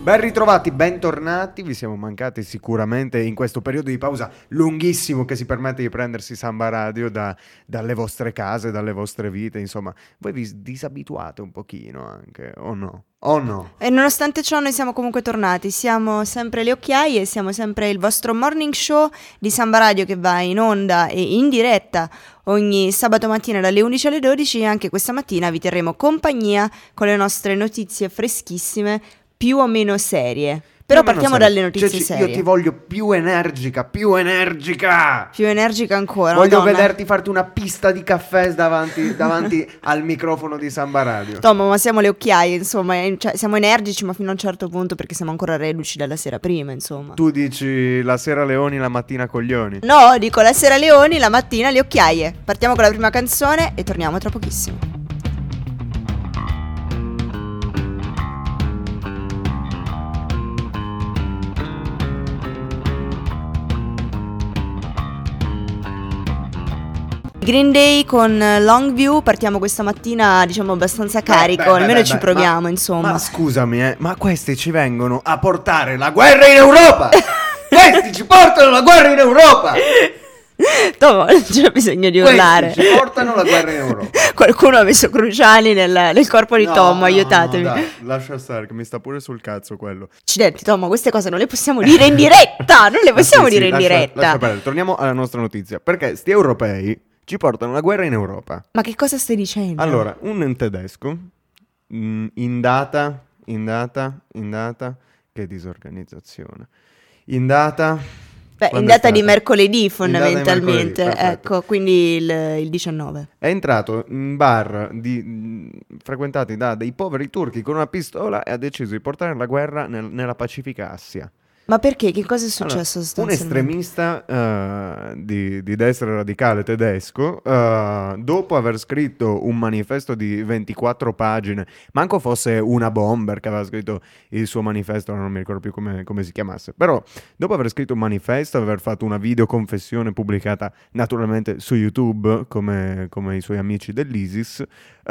Ben ritrovati, bentornati, vi siamo mancati sicuramente in questo periodo di pausa lunghissimo che si permette di prendersi Samba Radio dalle vostre case, dalle vostre vite, insomma, voi vi disabituate un pochino anche, o no? O no? E nonostante ciò noi siamo comunque tornati, siamo sempre le occhiaie, siamo sempre il vostro morning show di Samba Radio che va in onda e in diretta ogni sabato mattina dalle 11 alle 12 e anche questa mattina vi terremo compagnia con le nostre notizie freschissime, più o meno serie. Però partiamo dalle notizie serie. Io ti voglio più energica! Più energica ancora. Voglio Madonna. vederti farti una pista di caffè davanti al microfono di Samba Radio. Tomo, ma siamo le occhiaie, insomma, cioè, siamo energici ma fino a un certo punto perché siamo ancora reduci dalla sera prima, insomma. Tu dici la sera leoni, la mattina coglioni? No, dico la sera leoni, la mattina le occhiaie. Partiamo con la prima canzone e torniamo tra pochissimo. Green Day con Longview, partiamo questa mattina diciamo abbastanza carico, almeno ci proviamo insomma. Ma scusami ma questi ci vengono a portare la guerra in Europa! Questi ci portano la guerra in Europa! Tomo, non c'è bisogno di urlare. Questi ci portano la guerra in Europa. Qualcuno ha messo cruciali nel corpo di Tomo, aiutatemi. No, dai, lascia stare che mi sta pure sul cazzo quello. Accidenti Tomo, queste cose non le possiamo dire in diretta, non le possiamo dire in diretta. Lascia perdere. Torniamo alla nostra notizia, perché sti europei ci portano la guerra in Europa. Ma che cosa stai dicendo? Allora, un tedesco, in data, che disorganizzazione. In data di mercoledì fondamentalmente, mercoledì, ecco, quindi il 19. È entrato in bar frequentati da dei poveri turchi con una pistola e ha deciso di portare la guerra nella pacifica Assia. Ma perché? Che cosa è successo sostanzialmente? Un estremista di destra radicale tedesco, dopo aver scritto un manifesto di 24 pagine, manco fosse una bomber che aveva scritto il suo manifesto, non mi ricordo più come si chiamasse, però dopo aver scritto un manifesto, aver fatto una videoconfessione pubblicata naturalmente su YouTube, come i suoi amici dell'ISIS,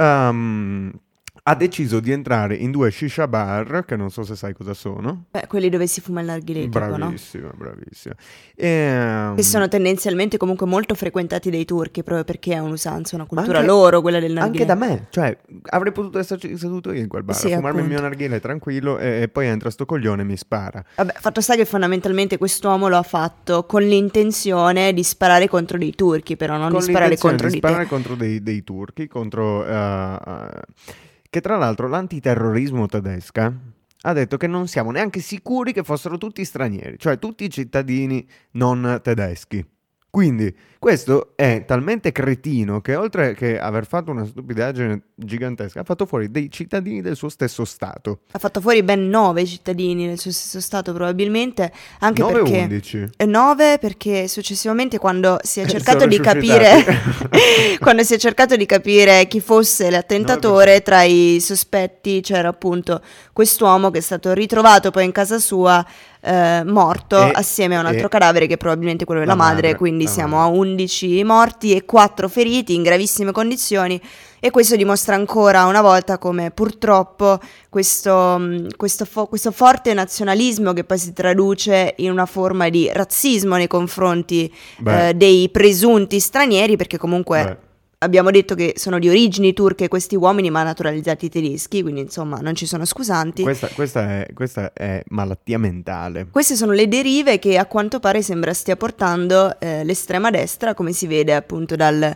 ha deciso di entrare in 2 shisha bar, che non so se sai cosa sono. Quelli dove si fuma il narghilè, bravissima, no? Bravissima. Che sono tendenzialmente comunque molto frequentati dai turchi, proprio perché è un'usanza, una cultura loro, quella del narghilè. Anche da me, cioè avrei potuto esserci seduto io in quel bar, sì, a fumarmi appunto. il mio narghilè tranquillo e poi entra sto coglione e mi spara. Vabbè, fatto sta che fondamentalmente quest'uomo lo ha fatto con l'intenzione di sparare contro dei turchi, però non di sparare contro di te. Sparare contro dei turchi, contro... che tra l'altro l'antiterrorismo tedesca ha detto che non siamo neanche sicuri che fossero tutti stranieri, cioè tutti cittadini non tedeschi. Quindi questo è talmente cretino che oltre che aver fatto una stupidaggine gigantesca ha fatto fuori dei cittadini del suo stesso stato. Ha fatto fuori ben 9 cittadini del suo stesso stato probabilmente, anche 9 perché... o 11? 9 perché successivamente quando si è cercato di capire quando si è cercato di capire chi fosse l'attentatore, tra i sospetti c'era appunto quest'uomo che è stato ritrovato poi in casa sua morto assieme a un altro cadavere che è probabilmente quello della madre, quindi siamo a 11 morti e 4 feriti in gravissime condizioni, e questo dimostra ancora una volta come purtroppo questo forte nazionalismo, che poi si traduce in una forma di razzismo nei confronti dei presunti stranieri, perché comunque abbiamo detto che sono di origini turche questi uomini ma naturalizzati tedeschi, quindi insomma non ci sono scusanti. Questa è malattia mentale. Queste sono le derive che a quanto pare sembra stia portando l'estrema destra, come si vede appunto dalle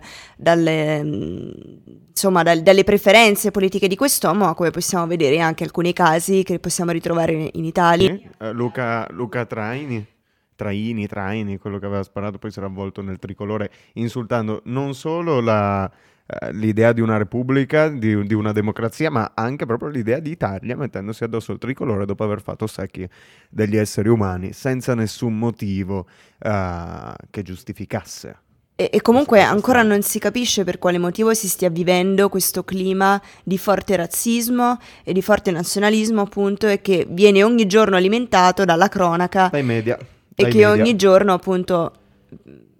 preferenze politiche di quest'uomo, come possiamo vedere anche alcuni casi che possiamo ritrovare in Italia. Luca Traini, quello che aveva sparato, poi si era avvolto nel tricolore, insultando non solo l'idea di una repubblica, di una democrazia, ma anche proprio l'idea di Italia, mettendosi addosso il tricolore dopo aver fatto secchi degli esseri umani, senza nessun motivo che giustificasse. E comunque ancora non si capisce per quale motivo si stia vivendo questo clima di forte razzismo e di forte nazionalismo, appunto, e che viene ogni giorno alimentato dalla cronaca. Dai media. E che ogni giorno appunto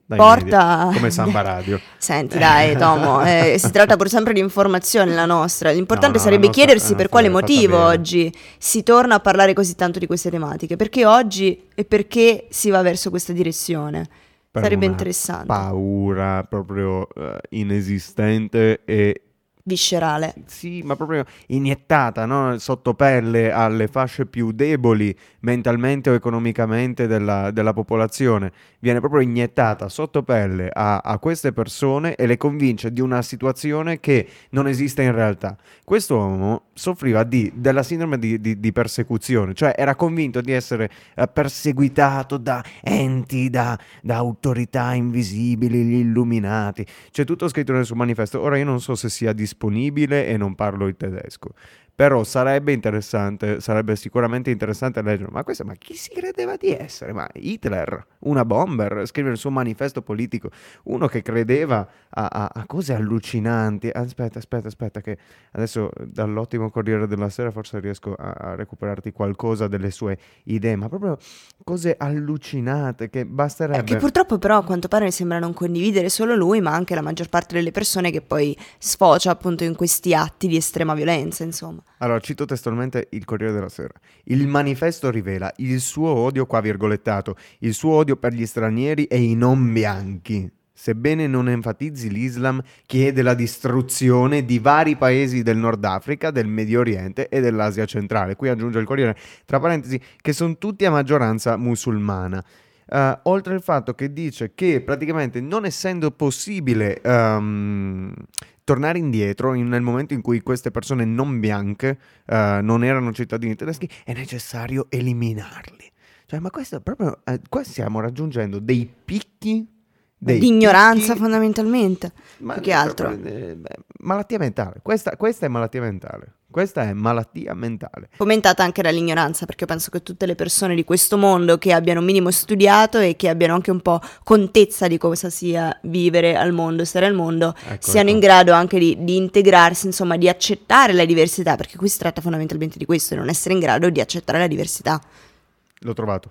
dai porta... media, come Samba Radio. Senti, dai, Tomo, si tratta pur sempre di informazione la nostra. L'importante No, sarebbe la nostra- chiedersi la per nostra quale è fatta motivo bene. oggi si torna a parlare così tanto di queste tematiche. Perché oggi e perché si va verso questa direzione? Per Sarebbe una interessante. paura proprio inesistente e Viscerale. sì, ma proprio iniettata, no? Sotto pelle alle fasce più deboli mentalmente o economicamente della popolazione. Viene proprio iniettata sotto pelle a queste persone e le convince di una situazione che non esiste in realtà. Quest'uomo soffriva della sindrome di persecuzione, cioè era convinto di essere perseguitato da enti, da autorità invisibili, gli illuminati. C'è tutto scritto nel suo manifesto. Ora io non so se sia disponibile e non parlo il tedesco, però sarebbe interessante, sarebbe sicuramente interessante leggere. Ma chi si credeva di essere? Ma Hitler, una bomber, scrive il suo manifesto politico, uno che credeva a cose allucinanti. Aspetta, che adesso dall'ottimo Corriere della Sera forse riesco a recuperarti qualcosa delle sue idee, ma proprio cose allucinate che basterebbe... Che purtroppo però a quanto pare sembra non condividere solo lui, ma anche la maggior parte delle persone, che poi sfocia appunto in questi atti di estrema violenza, insomma. Allora, cito testualmente il Corriere della Sera. Il manifesto rivela il suo odio, qua virgolettato, il suo odio per gli stranieri e i non bianchi. Sebbene non enfatizzi l'Islam, chiede la distruzione di vari paesi del Nord Africa, del Medio Oriente e dell'Asia centrale. Qui aggiunge il Corriere, tra parentesi, che sono tutti a maggioranza musulmana. Oltre al fatto che dice che praticamente non essendo possibile tornare indietro nel momento in cui queste persone non bianche non erano cittadini tedeschi, è necessario eliminarli. Cioè, ma questo è proprio... qua stiamo raggiungendo dei picchi... Di ignoranza fondamentalmente, più che altro. Malattia mentale. Questa è malattia mentale. Questa è malattia mentale. Fomentata anche dall'ignoranza, perché penso che tutte le persone di questo mondo che abbiano un minimo studiato e che abbiano anche un po' contezza di cosa sia vivere al mondo, stare al mondo, siano in grado anche di integrarsi, insomma, di accettare la diversità, perché qui si tratta fondamentalmente di questo, di non essere in grado di accettare la diversità. L'ho trovato.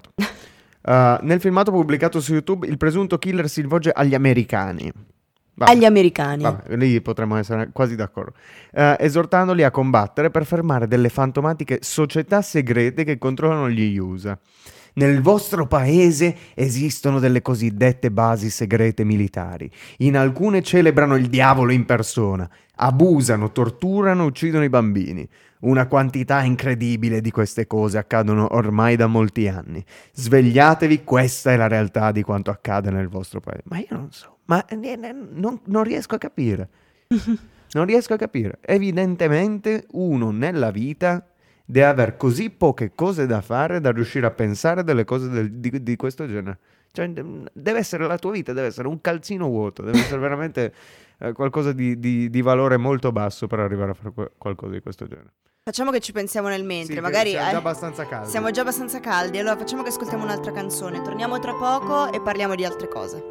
Nel filmato pubblicato su YouTube, il presunto killer si rivolge agli americani. Vabbè, agli americani. Vabbè, lì potremmo essere quasi d'accordo. Esortandoli a combattere per fermare delle fantomatiche società segrete che controllano gli USA. Nel vostro paese esistono delle cosiddette basi segrete militari. In alcune celebrano il diavolo in persona, abusano, torturano, uccidono i bambini. Una quantità incredibile di queste cose accadono ormai da molti anni. Svegliatevi, questa è la realtà di quanto accade nel vostro paese. Ma io non so, non riesco a capire. Non riesco a capire. Evidentemente uno nella vita deve avere così poche cose da fare da riuscire a pensare delle cose di questo genere. Cioè, deve essere la tua vita, deve essere un calzino vuoto, deve essere veramente qualcosa di valore molto basso per arrivare a fare qualcosa di questo genere. Facciamo che ci pensiamo nel mentre, Sì, magari siamo già abbastanza caldi. Siamo già abbastanza caldi, allora facciamo che ascoltiamo un'altra canzone, torniamo tra poco e parliamo di altre cose.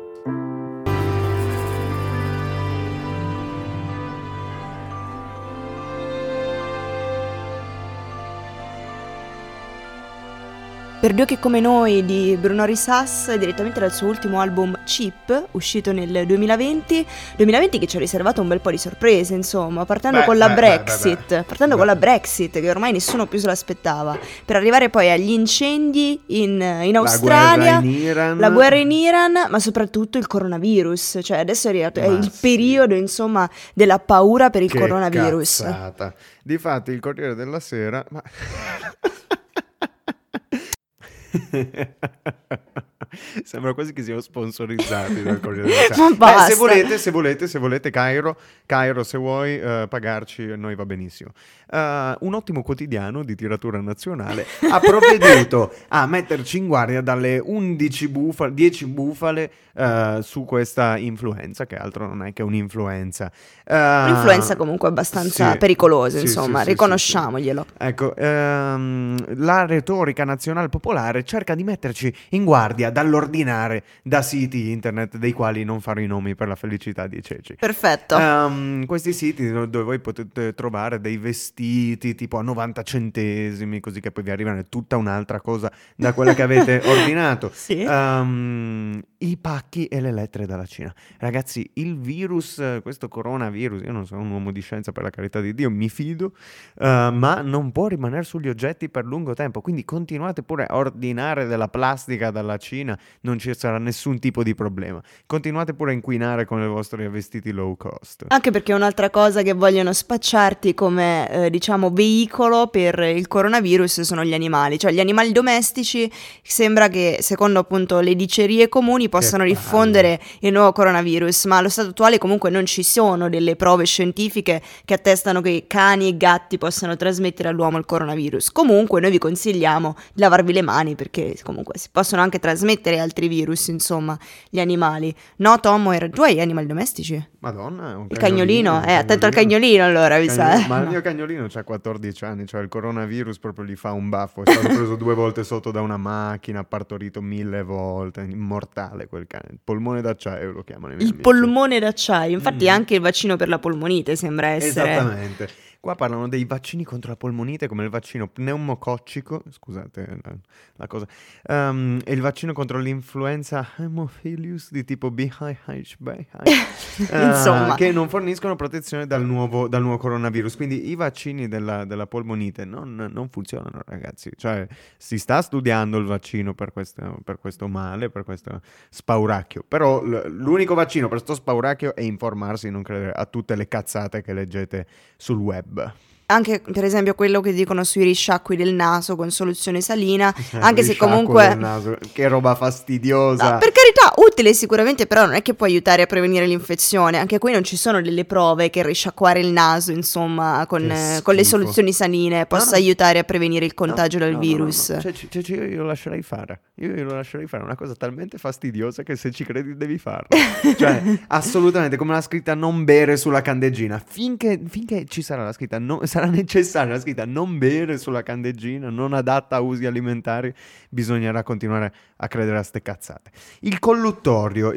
Per due che come noi di Bruno Risas, direttamente dal suo ultimo album Cheap, uscito nel 2020 che ci ha riservato un bel po' di sorprese, insomma, partendo con la Brexit, con la Brexit, che ormai nessuno più se l'aspettava, per arrivare poi agli incendi in Australia, la guerra in Iran, ma soprattutto il coronavirus, cioè adesso è arrivato, è il periodo, insomma, della paura per il coronavirus. Cazzata. Difatti il Corriere della Sera... Sembra quasi che siamo sponsorizzati dal Corriere della Sera. Ma basta. Se volete Cairo, se vuoi pagarci, noi va benissimo. Un ottimo quotidiano di tiratura nazionale ha provveduto a metterci in guardia dalle 10 bufale su questa influenza, che altro non è che un'influenza. Un'influenza comunque abbastanza pericolosa, insomma, riconosciamoglielo. Ecco, la retorica nazionale popolare cerca di metterci in guardia dall'ordinare da siti internet dei quali non farò i nomi per la felicità di Ceci. Perfetto. Questi siti dove voi potete trovare dei vestiti tipo a 90 centesimi, così che poi vi arrivano tutta un'altra cosa da quella che avete ordinato. Sì. I pacchi e le lettere dalla Cina. Ragazzi, il virus, questo coronavirus, io non sono un uomo di scienza, per la carità di Dio, mi fido, ma non può rimanere sugli oggetti per lungo tempo, quindi continuate pure a ordinare della plastica dalla Cina, non ci sarà nessun tipo di problema. Continuate pure a inquinare con i vostri vestiti low cost. Anche perché un'altra cosa che vogliono spacciarti come, diciamo, veicolo per il coronavirus sono gli animali. Cioè gli animali domestici sembra che, secondo appunto le dicerie comuni, possano diffondere il nuovo coronavirus, ma allo stato attuale comunque non ci sono delle prove scientifiche che attestano che cani e gatti possano trasmettere all'uomo il coronavirus. Comunque noi vi consigliamo di lavarvi le mani, perché comunque si possono anche trasmettere altri virus, insomma, gli animali. No, Tom, tu hai animali domestici? Madonna, è un Il cagnolino? Attento al cagnolino allora, mi sa. Ma il mio cagnolino ha 14 anni, cioè il coronavirus proprio gli fa un baffo. È stato preso 2 volte sotto da una macchina, partorito 1000 volte, immortale quel cane. Il polmone d'acciaio lo chiamano i miei amici. Polmone d'acciaio, infatti anche il vaccino per la polmonite sembra essere. Esattamente. Qua parlano dei vaccini contro la polmonite, come il vaccino pneumococcico, scusate la cosa, e il vaccino contro l'influenza Haemophilus di tipo B, Insomma, che non forniscono protezione dal nuovo coronavirus. Quindi i vaccini della polmonite non funzionano, ragazzi. Cioè, si sta studiando il vaccino per questo male, per questo spauracchio. Però l'unico vaccino per questo spauracchio è informarsi, non credere a tutte le cazzate che leggete sul web. Anche per esempio quello che dicono sui risciacqui del naso con soluzione salina, anche se comunque del naso, che roba fastidiosa. No, per carità, utile sicuramente, però non è che può aiutare a prevenire l'infezione. Anche qui non ci sono delle prove che risciacquare il naso, insomma, con le soluzioni saline possa aiutare a prevenire il contagio del virus. No. Cioè, io lo lascerei fare. Io lo lascerei fare, è una cosa talmente fastidiosa che se ci credi devi farlo. Cioè, assolutamente, come la scritta non bere sulla candeggina. Finché ci sarà la scritta, sarà necessaria la scritta non bere sulla candeggina, non adatta a usi alimentari, bisognerà continuare a credere a ste cazzate. Il colluttorio,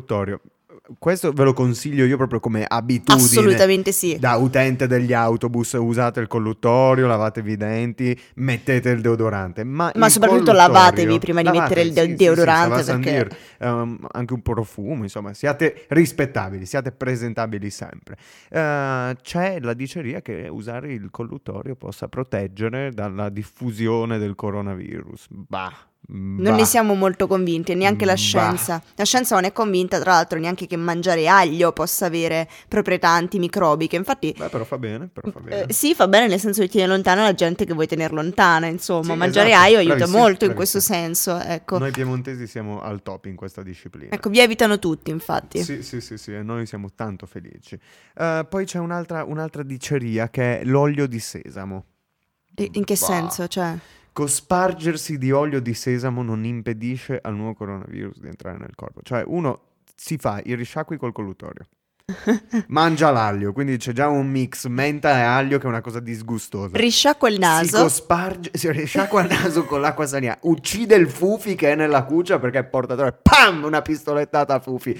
questo ve lo consiglio io proprio come abitudine. Assolutamente sì. Da utente degli autobus, usate il colluttorio, lavatevi i denti, mettete il deodorante. Ma soprattutto lavatevi prima di mettere il deodorante. Sì, perché anche un profumo, insomma, siate rispettabili, siate presentabili sempre. C'è la diceria che usare il colluttorio possa proteggere dalla diffusione del coronavirus. Non ne siamo molto convinti, neanche la scienza. La scienza non è convinta, tra l'altro, neanche che mangiare aglio possa avere proprietà antimicrobiche. Infatti, però fa bene. Sì, fa bene nel senso che tiene lontana la gente che vuoi tenere lontana. Insomma, sì, mangiare esatto, aglio aiuta molto in questo senso. Ecco. Noi piemontesi siamo al top in questa disciplina. Ecco, vi evitano tutti, infatti. Sì, e noi siamo tanto felici. Poi c'è un'altra diceria che è l'olio di sesamo. In che senso? Cioè, cospargersi di olio di sesamo non impedisce al nuovo coronavirus di entrare nel corpo. Cioè, uno si fa i risciacqui col colluttorio, mangia l'aglio, quindi c'è già un mix menta e aglio che è una cosa disgustosa. Risciacqua il naso. Si risciacqua il naso con l'acqua salina, uccide il Fufi che è nella cuccia perché è portatore, pam, una pistolettata a Fufi.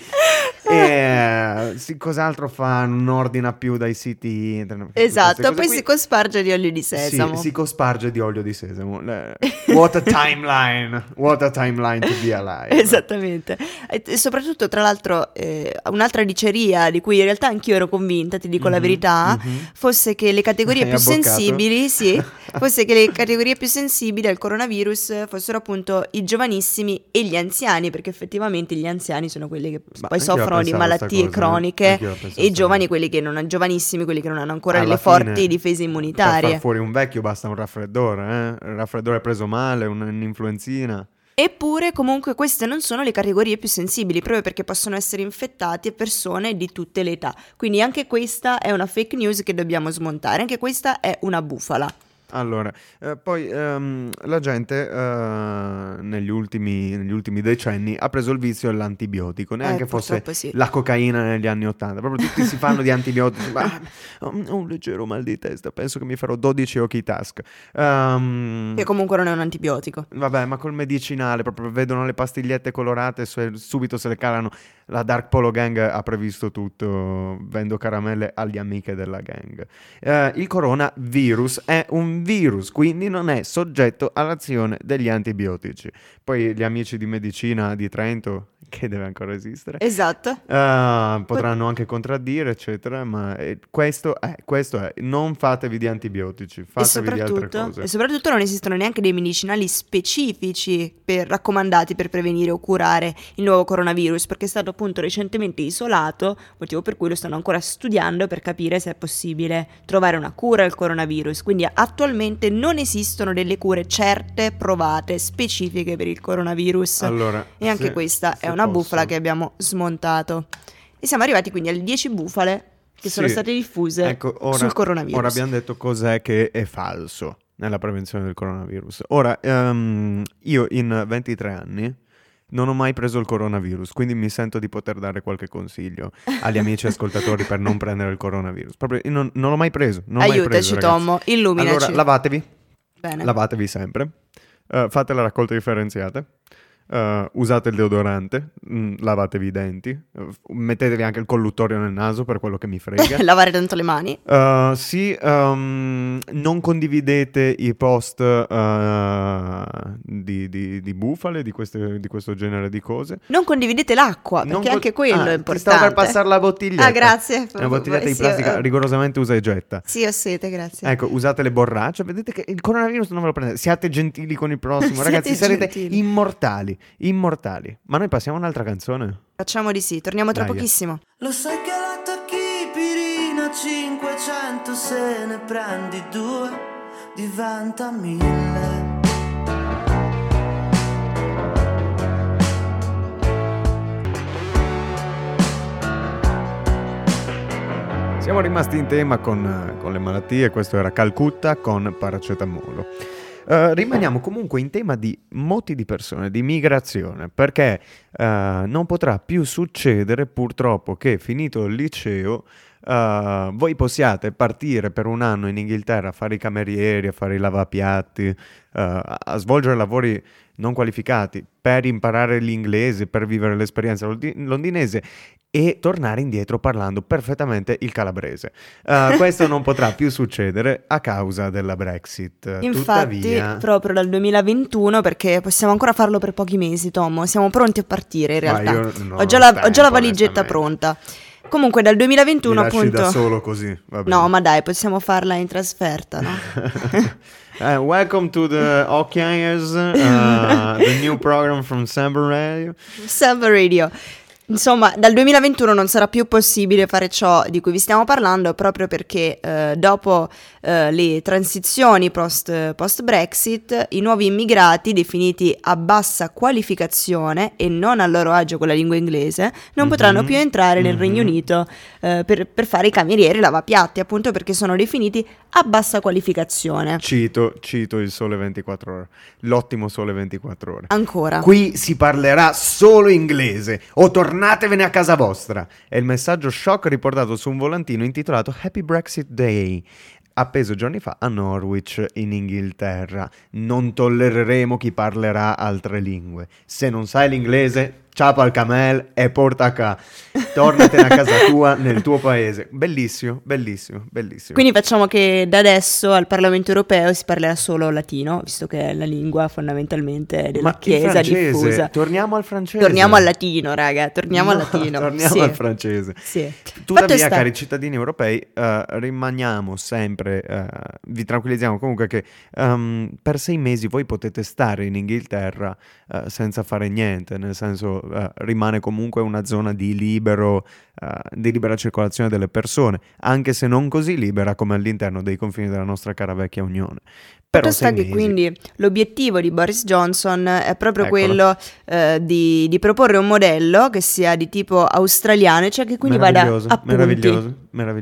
Cos'altro fa? Non ordina più dai siti internet. Esatto, poi si cosparge di olio di sesamo. Si cosparge di olio di sesamo. What a timeline to be alive. Esattamente. E soprattutto, tra l'altro, un'altra diceria di cui in realtà anch'io ero convinta, ti dico la verità, fosse che le categorie più sensibili, fosse che le categorie più sensibili al coronavirus fossero appunto i giovanissimi e gli anziani, perché effettivamente gli anziani sono quelli che poi soffrono di malattie croniche e i giovani, giovanissimi, quelli che non hanno ancora delle forti difese immunitarie. Per far fuori un vecchio basta un raffreddore, il raffreddore preso male, un'influenzina. Eppure comunque queste non sono le categorie più sensibili, proprio perché possono essere infettate persone di tutte le età. Quindi anche questa è una fake news che dobbiamo smontare, anche questa è una bufala. Allora, poi la gente negli ultimi decenni ha preso il vizio dell'antibiotico, neanche fosse purtroppo sì. la cocaina negli anni '80, proprio tutti si fanno di antibiotici. Ho un leggero mal di testa, penso che mi farò 12 occhi task. Che comunque non è un antibiotico. Vabbè, ma col medicinale, proprio vedono le pastigliette colorate, subito se le calano. La Dark Polo Gang ha previsto tutto, vendo caramelle agli amiche della gang. Il coronavirus è un virus, quindi non è soggetto all'azione degli antibiotici. Poi gli amici di medicina di Trento, che deve ancora esistere, Esatto. potranno anche contraddire, eccetera, ma questo è, non fatevi di antibiotici, fatevi di altre cose. E soprattutto non esistono neanche dei medicinali specifici raccomandati per prevenire o curare il nuovo coronavirus, perché è stato appunto recentemente isolato, motivo per cui lo stanno ancora studiando per capire se è possibile trovare una cura al coronavirus. Quindi attualmente non esistono delle cure certe, provate, specifiche per il coronavirus. Allora, e anche questa è una bufala che abbiamo smontato. E siamo arrivati quindi alle 10 bufale che sono state diffuse sul coronavirus. Ora abbiamo detto cos'è che è falso nella prevenzione del coronavirus. Ora, io in 23 anni non ho mai preso il coronavirus, quindi mi sento di poter dare qualche consiglio agli amici ascoltatori per non prendere il coronavirus. Proprio io non l'ho mai preso. Aiutaci, Tommo, illuminaci. Allora, lavatevi. Bene. Lavatevi sempre. Fate la raccolta differenziata. Usate il deodorante, lavatevi i denti, mettetevi anche il colluttorio nel naso per quello che mi frega. Lavare tanto le mani. Sì, non condividete i post di bufale, di questo genere di cose. Non condividete l'acqua, perché anche quello è importante. Ti stavo per passare la bottiglietta. Grazie. Una bottiglietta di plastica rigorosamente usa e getta. Sì, ho sete, grazie. Ecco, usate le borracce, vedete che il coronavirus non ve lo prendete. Siate gentili con il prossimo, ragazzi, sarete immortali. Ma noi passiamo a un'altra canzone. Facciamo di sì, torniamo tra pochissimo. Lo sai che la tachipirina 500 se ne prendi 2 diventa 1000. Siamo rimasti in tema con le malattie, questo era Calcutta con paracetamolo. Rimaniamo comunque in tema di moti di persone, di migrazione, perché non potrà più succedere purtroppo che finito il liceo voi possiate partire per un anno in Inghilterra a fare i camerieri, a fare i lavapiatti, a svolgere lavori non qualificati per imparare l'inglese, per vivere l'esperienza londinese e tornare indietro parlando perfettamente il calabrese. Questo non potrà più succedere a causa della Brexit. Infatti, tuttavia, proprio dal 2021, perché possiamo ancora farlo per pochi mesi, Tom, siamo pronti a partire in realtà. Ho già la valigetta pronta. Comunque dal 2021 mi lasci appunto da solo così, va bene. No, ma dai, possiamo farla in trasferta, no? Welcome to the Occhiaiers, the new program from Samba Radio. Samba Radio. Insomma, dal 2021 non sarà più possibile fare ciò di cui vi stiamo parlando, proprio perché dopo le transizioni post Brexit, i nuovi immigrati definiti a bassa qualificazione e non a loro agio con la lingua inglese non potranno più entrare nel Regno Unito per fare i camerieri, lavapiatti, appunto perché sono definiti a bassa qualificazione. Cito il Sole 24 Ore, l'ottimo Sole 24 Ore. Ancora. Qui si parlerà solo inglese o tornatevene a casa vostra. È il messaggio shock riportato su un volantino intitolato Happy Brexit Day, appeso giorni fa a Norwich in Inghilterra. Non tollereremo chi parlerà altre lingue. Se non sai l'inglese, ciapa al camel e porta qua. Tornatene a casa tua, nel tuo paese. Bellissimo, bellissimo, bellissimo. Quindi facciamo che da adesso al Parlamento europeo si parlerà solo latino, visto che è la lingua fondamentalmente della Chiesa diffusa. Torniamo al francese. Torniamo al latino, raga, torniamo al latino. Torniamo al francese. Sì. Tuttavia, cari cittadini europei, rimaniamo sempre, vi tranquillizziamo comunque che per 6 mesi voi potete stare in Inghilterra senza fare niente, nel senso rimane comunque una zona di libera circolazione delle persone, anche se non così libera come all'interno dei confini della nostra cara vecchia Unione. Però sta che quindi l'obiettivo di Boris Johnson è proprio quello di proporre un modello che sia di tipo australiano, cioè che quindi vada a punti. Meraviglioso.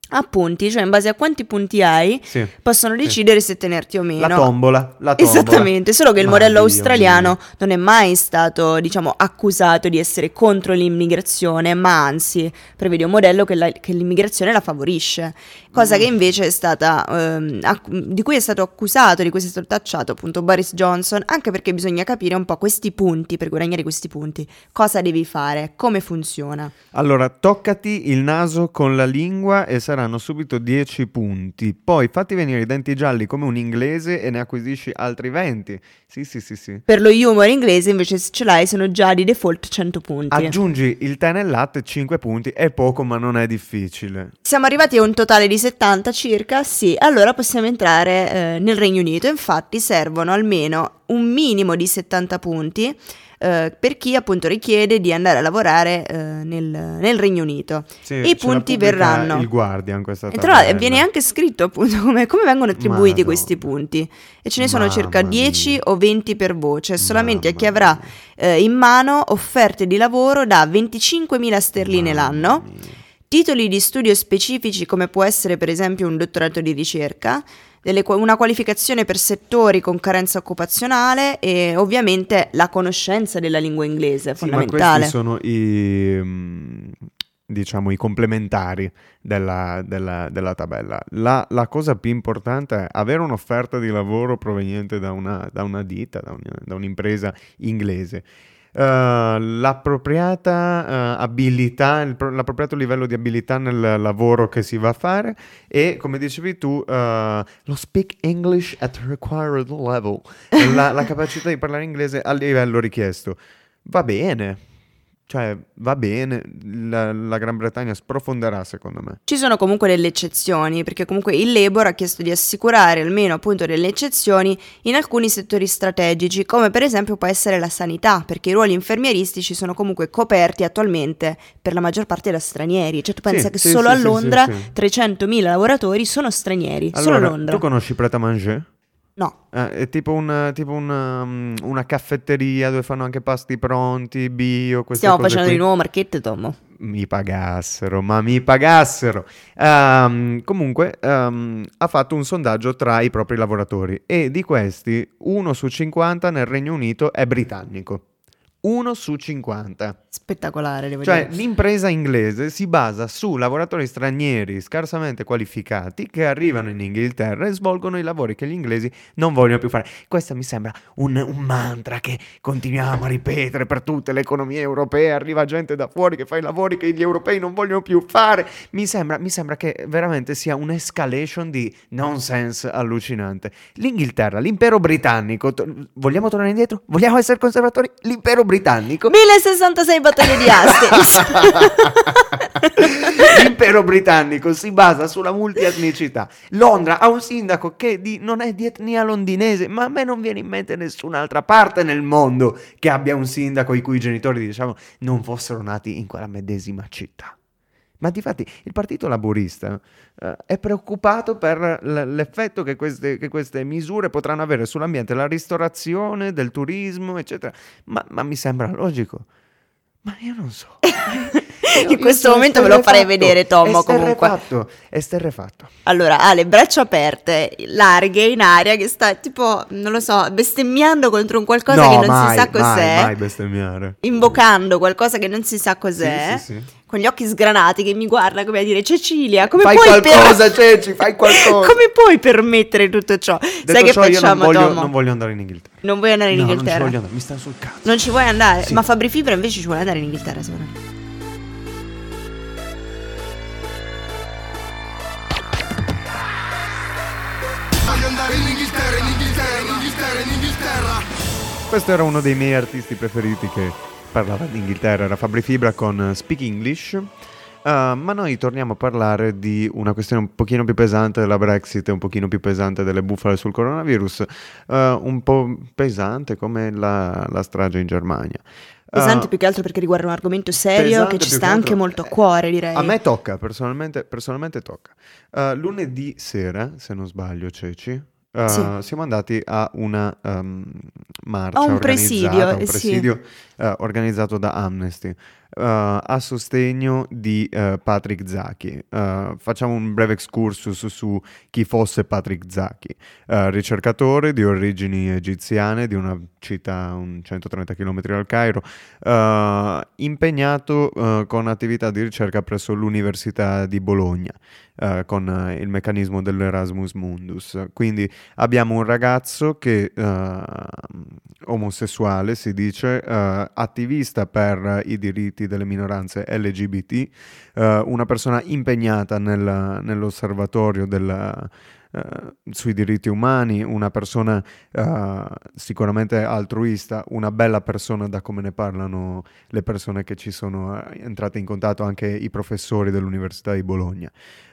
a punti, cioè in base a quanti punti hai, Sì, possono sì. decidere se tenerti o meno. La tombola. Esattamente, solo che il Ma modello Dio australiano mio. non è mai stato, diciamo, accusato di essere contro l'immigrazione, ma anzi prevede un modello che l'immigrazione la favorisce, cosa che invece è stata, di cui è stato accusato, di cui è stato tacciato appunto Boris Johnson, anche perché bisogna capire un po' questi punti, per guadagnare questi punti, cosa devi fare, come funziona. Allora, toccati il naso con la lingua e saranno subito 10 punti. Poi fatti venire i denti gialli come un inglese e ne acquisisci altri 20. Sì, sì, sì, sì. Per lo humor inglese invece se ce l'hai sono già di default 100 punti. Aggiungi il tè nel latte, 5 punti. È poco, ma non è difficile. Siamo arrivati a un totale di 70 circa, sì, allora possiamo entrare nel Regno Unito. Infatti servono almeno un minimo di 70 punti per chi appunto richiede di andare a lavorare nel Regno Unito. Sì, E i ce la punti pubblica verranno. il Guardian, questa E tra l'altro tabella. viene anche scritto appunto come vengono attribuiti Madonna. questi punti. E ce ne sono circa Mamma 10 mia. o 20 per voce, solamente a chi Mamma avrà mia. in mano offerte di lavoro da 25.000 sterline Mamma l'anno. mia. Titoli di studio specifici come può essere per esempio un dottorato di ricerca, una qualificazione per settori con carenza occupazionale e ovviamente la conoscenza della lingua inglese, Sì, ma fondamentale. questi sono diciamo, i complementari della tabella. La cosa più importante è avere un'offerta di lavoro proveniente da una ditta, da un'impresa inglese. L'appropriata abilità, l'appropriato livello di abilità nel lavoro che si va a fare e, come dicevi tu, lo speak English at required level, la capacità di parlare inglese al livello richiesto. Va bene, cioè va bene, la Gran Bretagna sprofonderà secondo me. Ci sono comunque delle eccezioni, perché comunque il Labour ha chiesto di assicurare almeno appunto delle eccezioni in alcuni settori strategici, come per esempio può essere la sanità, perché i ruoli infermieristici sono comunque coperti attualmente per la maggior parte da stranieri. Cioè tu pensa Sì, che sì, solo sì, a sì, Londra sì, sì. 300.000 lavoratori sono stranieri, solo a Allora, Londra. tu conosci Pret a Manger? No, È tipo una caffetteria dove fanno anche pasti pronti, bio, queste stiamo cose facendo qui. di nuovo marchette, Tom. Mi pagassero, ma mi pagassero. Comunque, ha fatto un sondaggio tra i propri lavoratori e di questi 1 su 50 nel Regno Unito è britannico. 1 su 50. Spettacolare, devo Cioè, dire. l'impresa inglese si basa su lavoratori stranieri scarsamente qualificati che arrivano in Inghilterra e svolgono i lavori che gli inglesi non vogliono più fare. Questo mi sembra un mantra che continuiamo a ripetere per tutte le economie europee. Arriva gente da fuori che fa i lavori che gli europei non vogliono più fare. Mi sembra che veramente sia un'escalation di nonsense allucinante. L'Inghilterra, l'impero britannico, vogliamo tornare indietro? Vogliamo essere conservatori? L'impero britannico 1066 battaglie di Hastings. L'impero britannico si basa sulla multietnicità. Londra ha un sindaco che non è di etnia londinese, ma a me non viene in mente nessun'altra parte nel mondo che abbia un sindaco i cui genitori, diciamo, non fossero nati in quella medesima città. Ma difatti il partito laburista è preoccupato per l'effetto che queste misure potranno avere sull'ambiente, la ristorazione, del turismo, eccetera. Ma mi sembra logico. Ma io non so. In questo momento me lo farei vedere, Tom, comunque. È esterrefatto. Allora, ha le braccia aperte, larghe, in aria, che sta tipo, non lo so, bestemmiando contro un qualcosa No, che non mai, si sa cos'è. mai bestemmiare. Invocando qualcosa che non si sa cos'è. Sì, sì, sì. Con gli occhi sgranati che mi guarda come a dire Cecilia, come Fai puoi qualcosa, Ceci, fai qualcosa. come puoi permettere tutto ciò? Detto Sai che ciò, io facciamo, Tom? non voglio andare in Inghilterra. Non vuoi andare in No, non ci Inghilterra? voglio andare, mi sta sul cazzo. Non ci vuoi andare? Sì. Ma Fabri Fibra invece ci vuole andare in Inghilterra, secondo me. Voglio andare in Inghilterra, in Inghilterra, in Inghilterra, in Inghilterra. Questo era uno dei miei artisti preferiti che parlava d'Inghilterra, era Fabri Fibra con Speak English. Ma noi torniamo a parlare di una questione un pochino più pesante della Brexit e un pochino più pesante delle bufale sul coronavirus, un po' pesante come la strage in Germania. Pesante più che altro perché riguarda un argomento serio pesante che ci più sta che anche altro- molto a cuore, direi. A me tocca, personalmente tocca. Lunedì sera, se non sbaglio, Ceci, Sì. siamo andati a una marcia A un organizzata, presidio, un sì. presidio organizzato da Amnesty. a sostegno di Patrick Zaki. Facciamo un breve excursus su chi fosse Patrick Zaki. Ricercatore di origini egiziane di una città a 130 km dal Cairo, impegnato con attività di ricerca presso l'Università di Bologna, con il meccanismo dell'Erasmus Mundus. Quindi abbiamo un ragazzo che omosessuale, si dice, attivista per i diritti delle minoranze LGBT, una persona impegnata nell'osservatorio sui diritti umani, una persona sicuramente altruista, una bella persona da come ne parlano le persone che ci sono entrate in contatto, anche i professori dell'Università di Bologna.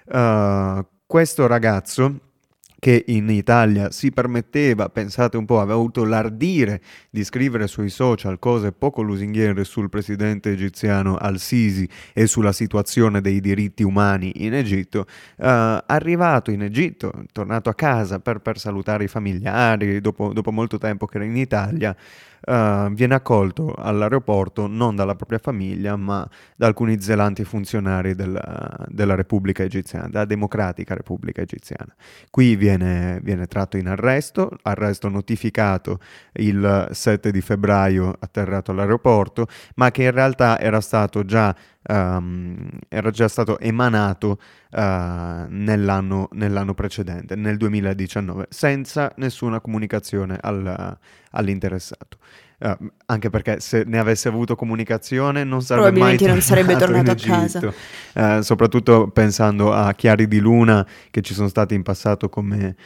Questo ragazzo, che in Italia si permetteva, pensate un po', aveva avuto l'ardire di scrivere sui social cose poco lusinghiere sul presidente egiziano Al-Sisi e sulla situazione dei diritti umani in Egitto, arrivato in Egitto, tornato a casa per salutare i familiari, dopo molto tempo che era in Italia, viene accolto all'aeroporto non dalla propria famiglia, ma da alcuni zelanti funzionari della Repubblica Egiziana, della Democratica Repubblica Egiziana. Qui viene tratto in arresto notificato il 7 di febbraio atterrato all'aeroporto, ma che in realtà era già stato emanato nell'anno precedente, nel 2019, senza nessuna comunicazione all'interessato. Anche perché se ne avesse avuto comunicazione non sarebbe mai probabilmente non sarebbe tornato a casa. Soprattutto pensando a chiari di luna che ci sono stati in passato, come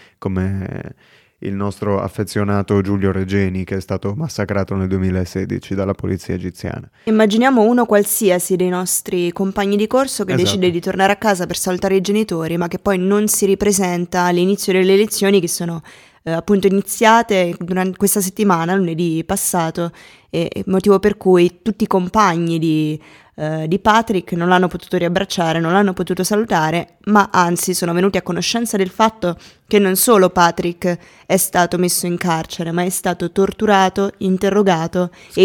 il nostro affezionato Giulio Regeni, che è stato massacrato nel 2016 dalla polizia egiziana. Immaginiamo uno qualsiasi dei nostri compagni di corso che decide di tornare a casa per salutare i genitori, ma che poi non si ripresenta all'inizio delle lezioni, che sono appunto iniziate durante questa settimana, lunedì passato, e motivo per cui tutti i compagni di Patrick non l'hanno potuto riabbracciare, non l'hanno potuto salutare, ma anzi sono venuti a conoscenza del fatto che non solo Patrick è stato messo in carcere, ma è stato torturato, interrogato, e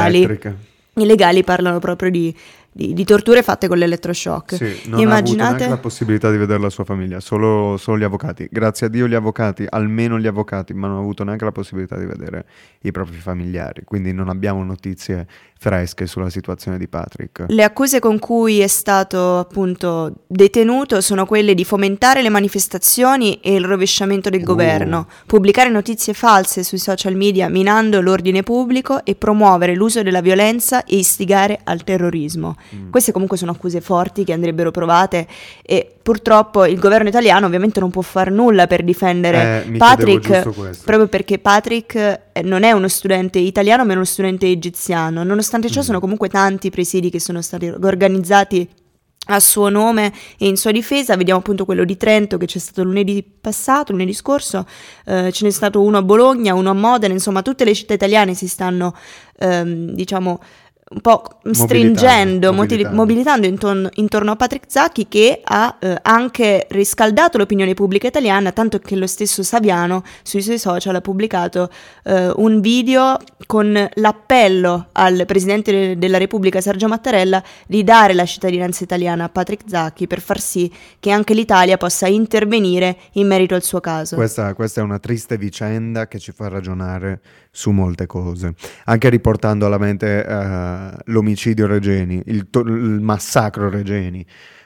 i legali parlano proprio di torture fatte con l'elettroshock. Sì, non ha avuto neanche la possibilità di vedere la sua famiglia, solo gli avvocati. Grazie a Dio gli avvocati, almeno gli avvocati, ma non ha avuto neanche la possibilità di vedere i propri familiari. Quindi non abbiamo notizie fresche sulla situazione di Patrick. Le accuse con cui è stato appunto detenuto sono quelle di fomentare le manifestazioni e il rovesciamento del governo, pubblicare notizie false sui social media minando l'ordine pubblico e promuovere l'uso della violenza e istigare al terrorismo. Queste comunque sono accuse forti che andrebbero provate, e purtroppo il governo italiano ovviamente non può far nulla per difendere Patrick, proprio perché Patrick non è uno studente italiano ma è uno studente egiziano. Nonostante ciò sono comunque tanti presidi che sono stati organizzati a suo nome e in sua difesa. Vediamo appunto quello di Trento che c'è stato lunedì scorso, ce n'è stato uno a Bologna, uno a Modena, insomma tutte le città italiane si stanno diciamo un po' stringendo, mobilitando intorno a Patrick Zaki, che ha anche riscaldato l'opinione pubblica italiana, tanto che lo stesso Saviano sui suoi social ha pubblicato un video con l'appello al Presidente della Repubblica Sergio Mattarella di dare la cittadinanza italiana a Patrick Zaki per far sì che anche l'Italia possa intervenire in merito al suo caso. Questa è una triste vicenda che ci fa ragionare su molte cose, anche riportando alla mente l'omicidio Regeni, il massacro Regeni.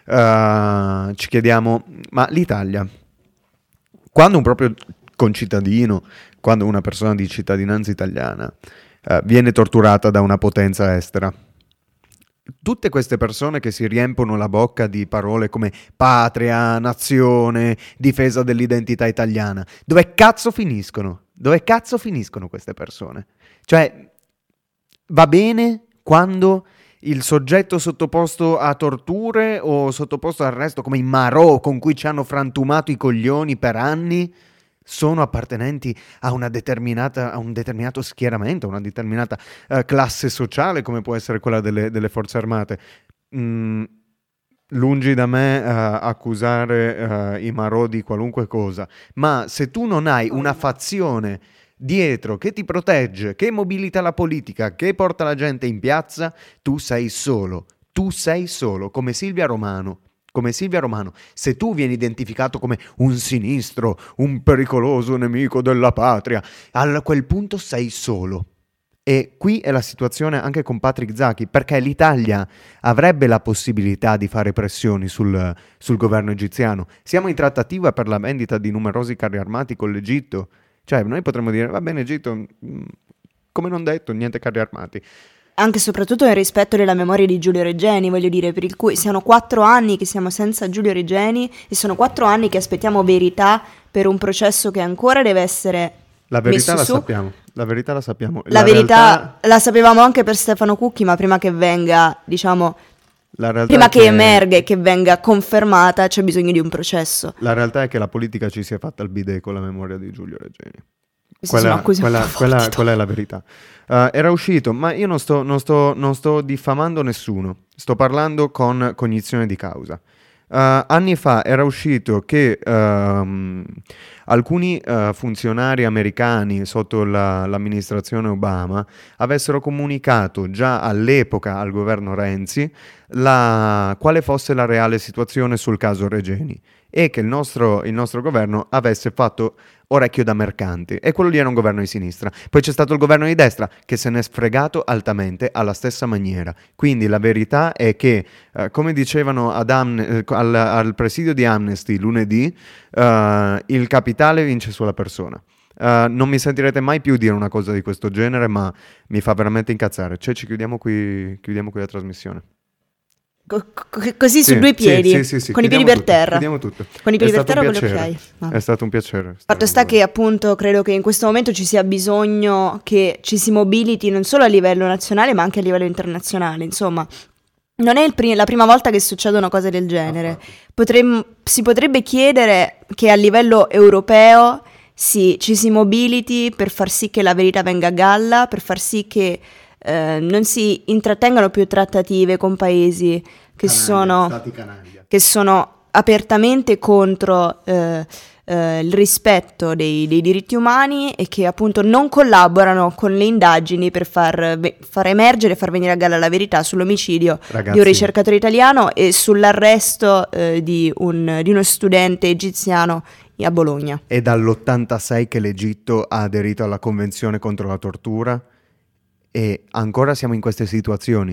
Ci chiediamo, ma l'Italia, quando un proprio concittadino, quando una persona di cittadinanza italiana viene torturata da una potenza estera, tutte queste persone che si riempono la bocca di parole come patria, nazione, difesa dell'identità italiana, dove cazzo finiscono? Dove cazzo finiscono queste persone? Cioè, va bene quando il soggetto sottoposto a torture o sottoposto ad arresto, come i Marò, con cui ci hanno frantumato i coglioni per anni, sono appartenenti a un determinato schieramento, a una determinata classe sociale, come può essere quella delle forze armate. Lungi da me accusare i Marò di qualunque cosa, ma se tu non hai una fazione dietro, che ti protegge, che mobilita la politica, che porta la gente in piazza, tu sei solo, come Silvia Romano. Come Silvia Romano, se tu vieni identificato come un sinistro, un pericoloso nemico della patria, a quel punto sei solo. E qui è la situazione anche con Patrick Zaki, perché l'Italia avrebbe la possibilità di fare pressioni sul governo egiziano. Siamo in trattativa per la vendita di numerosi carri armati con l'Egitto. Cioè, noi potremmo dire, va bene Egitto, come non detto, niente carri armati. Anche e soprattutto nel rispetto della memoria di Giulio Regeni, voglio dire, per il cui siamo 4 anni che siamo senza Giulio Regeni e sono 4 anni che aspettiamo verità per un processo che ancora deve essere la verità messo la su. sappiamo, la verità la sappiamo. La verità la sapevamo anche per Stefano Cucchi, ma prima che venga, diciamo, prima che emerga e che venga confermata c'è bisogno di un processo. La realtà è che la politica ci si è fatta il bidet con la memoria di Giulio Regeni. Quella è la verità. Era uscito, ma io non sto diffamando nessuno, sto parlando con cognizione di causa. Anni fa era uscito che alcuni funzionari americani sotto l'amministrazione Obama avessero comunicato già all'epoca al governo Renzi quale fosse la reale situazione sul caso Regeni e che il nostro governo avesse fatto orecchio da mercante, e quello lì era un governo di sinistra. Poi c'è stato il governo di destra che se n'è sfregato altamente alla stessa maniera. Quindi la verità è che, come dicevano al presidio di Amnesty lunedì, il capitale vince sulla persona. Non mi sentirete mai più dire una cosa di questo genere, ma mi fa veramente incazzare. Cioè, ci chiudiamo qui la trasmissione. Così su due piedi, sì, con i piedi per terra. Chiudiamo tutto. Con i piedi per terra quello che hai. È stato un piacere. Fatto sta che appunto credo che in questo momento ci sia bisogno che ci si mobiliti non solo a livello nazionale ma anche a livello internazionale. Insomma, non è la prima volta che succedono cose del genere. Si potrebbe chiedere che a livello europeo ci si mobiliti per far sì che la verità venga a galla, per far sì che non si intrattengano più trattative con paesi che sono apertamente contro il rispetto dei diritti umani e che appunto non collaborano con le indagini per far emergere e far venire a galla la verità sull'omicidio di un ricercatore italiano e sull'arresto di uno studente egiziano a Bologna. È dall'86 che l'Egitto ha aderito alla Convenzione contro la tortura. E ancora siamo in queste situazioni.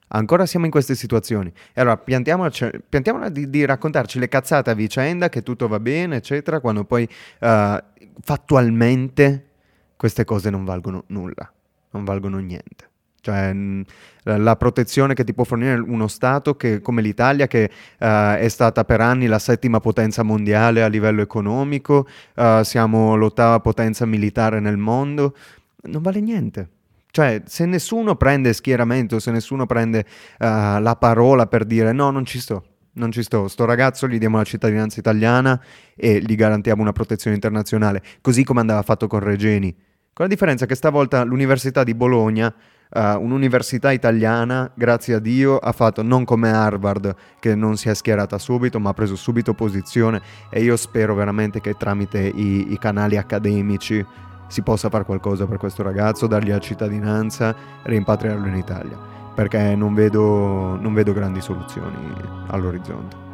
E allora piantiamola di raccontarci le cazzate a vicenda, che tutto va bene, eccetera, quando poi fattualmente queste cose non valgono nulla, non valgono niente. Cioè la protezione che ti può fornire uno Stato come l'Italia, che è stata per anni la 7ª potenza mondiale a livello economico, siamo l'8ª potenza militare nel mondo, non vale niente. Cioè, se nessuno prende schieramento, se nessuno prende la parola per dire no, non ci sto, sto ragazzo gli diamo la cittadinanza italiana e gli garantiamo una protezione internazionale, così come andava fatto con Regeni. Con la differenza che stavolta l'Università di Bologna, un'università italiana, grazie a Dio, ha fatto non come Harvard, che non si è schierata subito, ma ha preso subito posizione, e io spero veramente che tramite i canali accademici si possa fare qualcosa per questo ragazzo, dargli la cittadinanza, rimpatriarlo in Italia, perché non vedo grandi soluzioni all'orizzonte.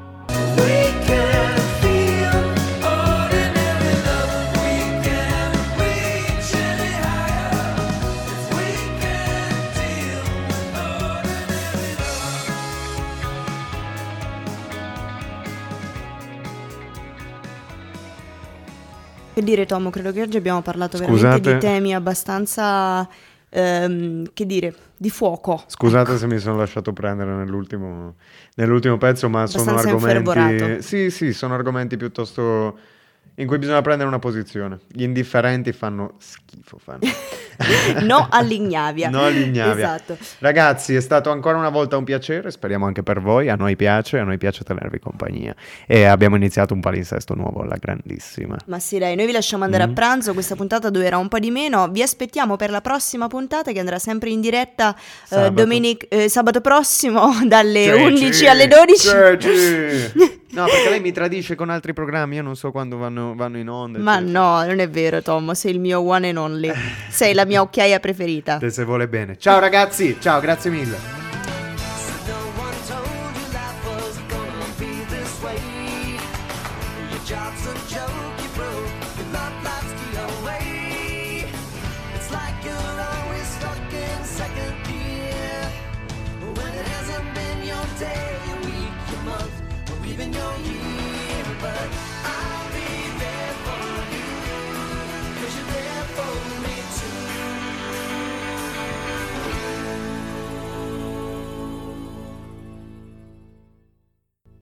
Che dire, Tomo, credo che oggi abbiamo parlato veramente di temi abbastanza, che dire, di fuoco. Scusate se mi sono lasciato prendere nell'ultimo pezzo, ma sono argomenti... Sì, sono argomenti piuttosto in cui bisogna prendere una posizione. Gli indifferenti fanno schifo. No all'ignavia. No all'ignavia. Esatto. Ragazzi, è stato ancora una volta un piacere, speriamo anche per voi, a noi piace tenervi compagnia, e abbiamo iniziato un palinsesto nuovo alla grandissima. Ma sì, dai, noi vi lasciamo andare a pranzo, questa puntata durerà un po' di meno, vi aspettiamo per la prossima puntata che andrà sempre in diretta sabato prossimo dalle 11 alle 12. No, perché lei mi tradisce con altri programmi, io non so quando vanno in onda. Ma no, non è vero, Tom, sei il mio one and only. Sei la mia occhiaia preferita. Se vuole bene. Ciao ragazzi, ciao, grazie mille.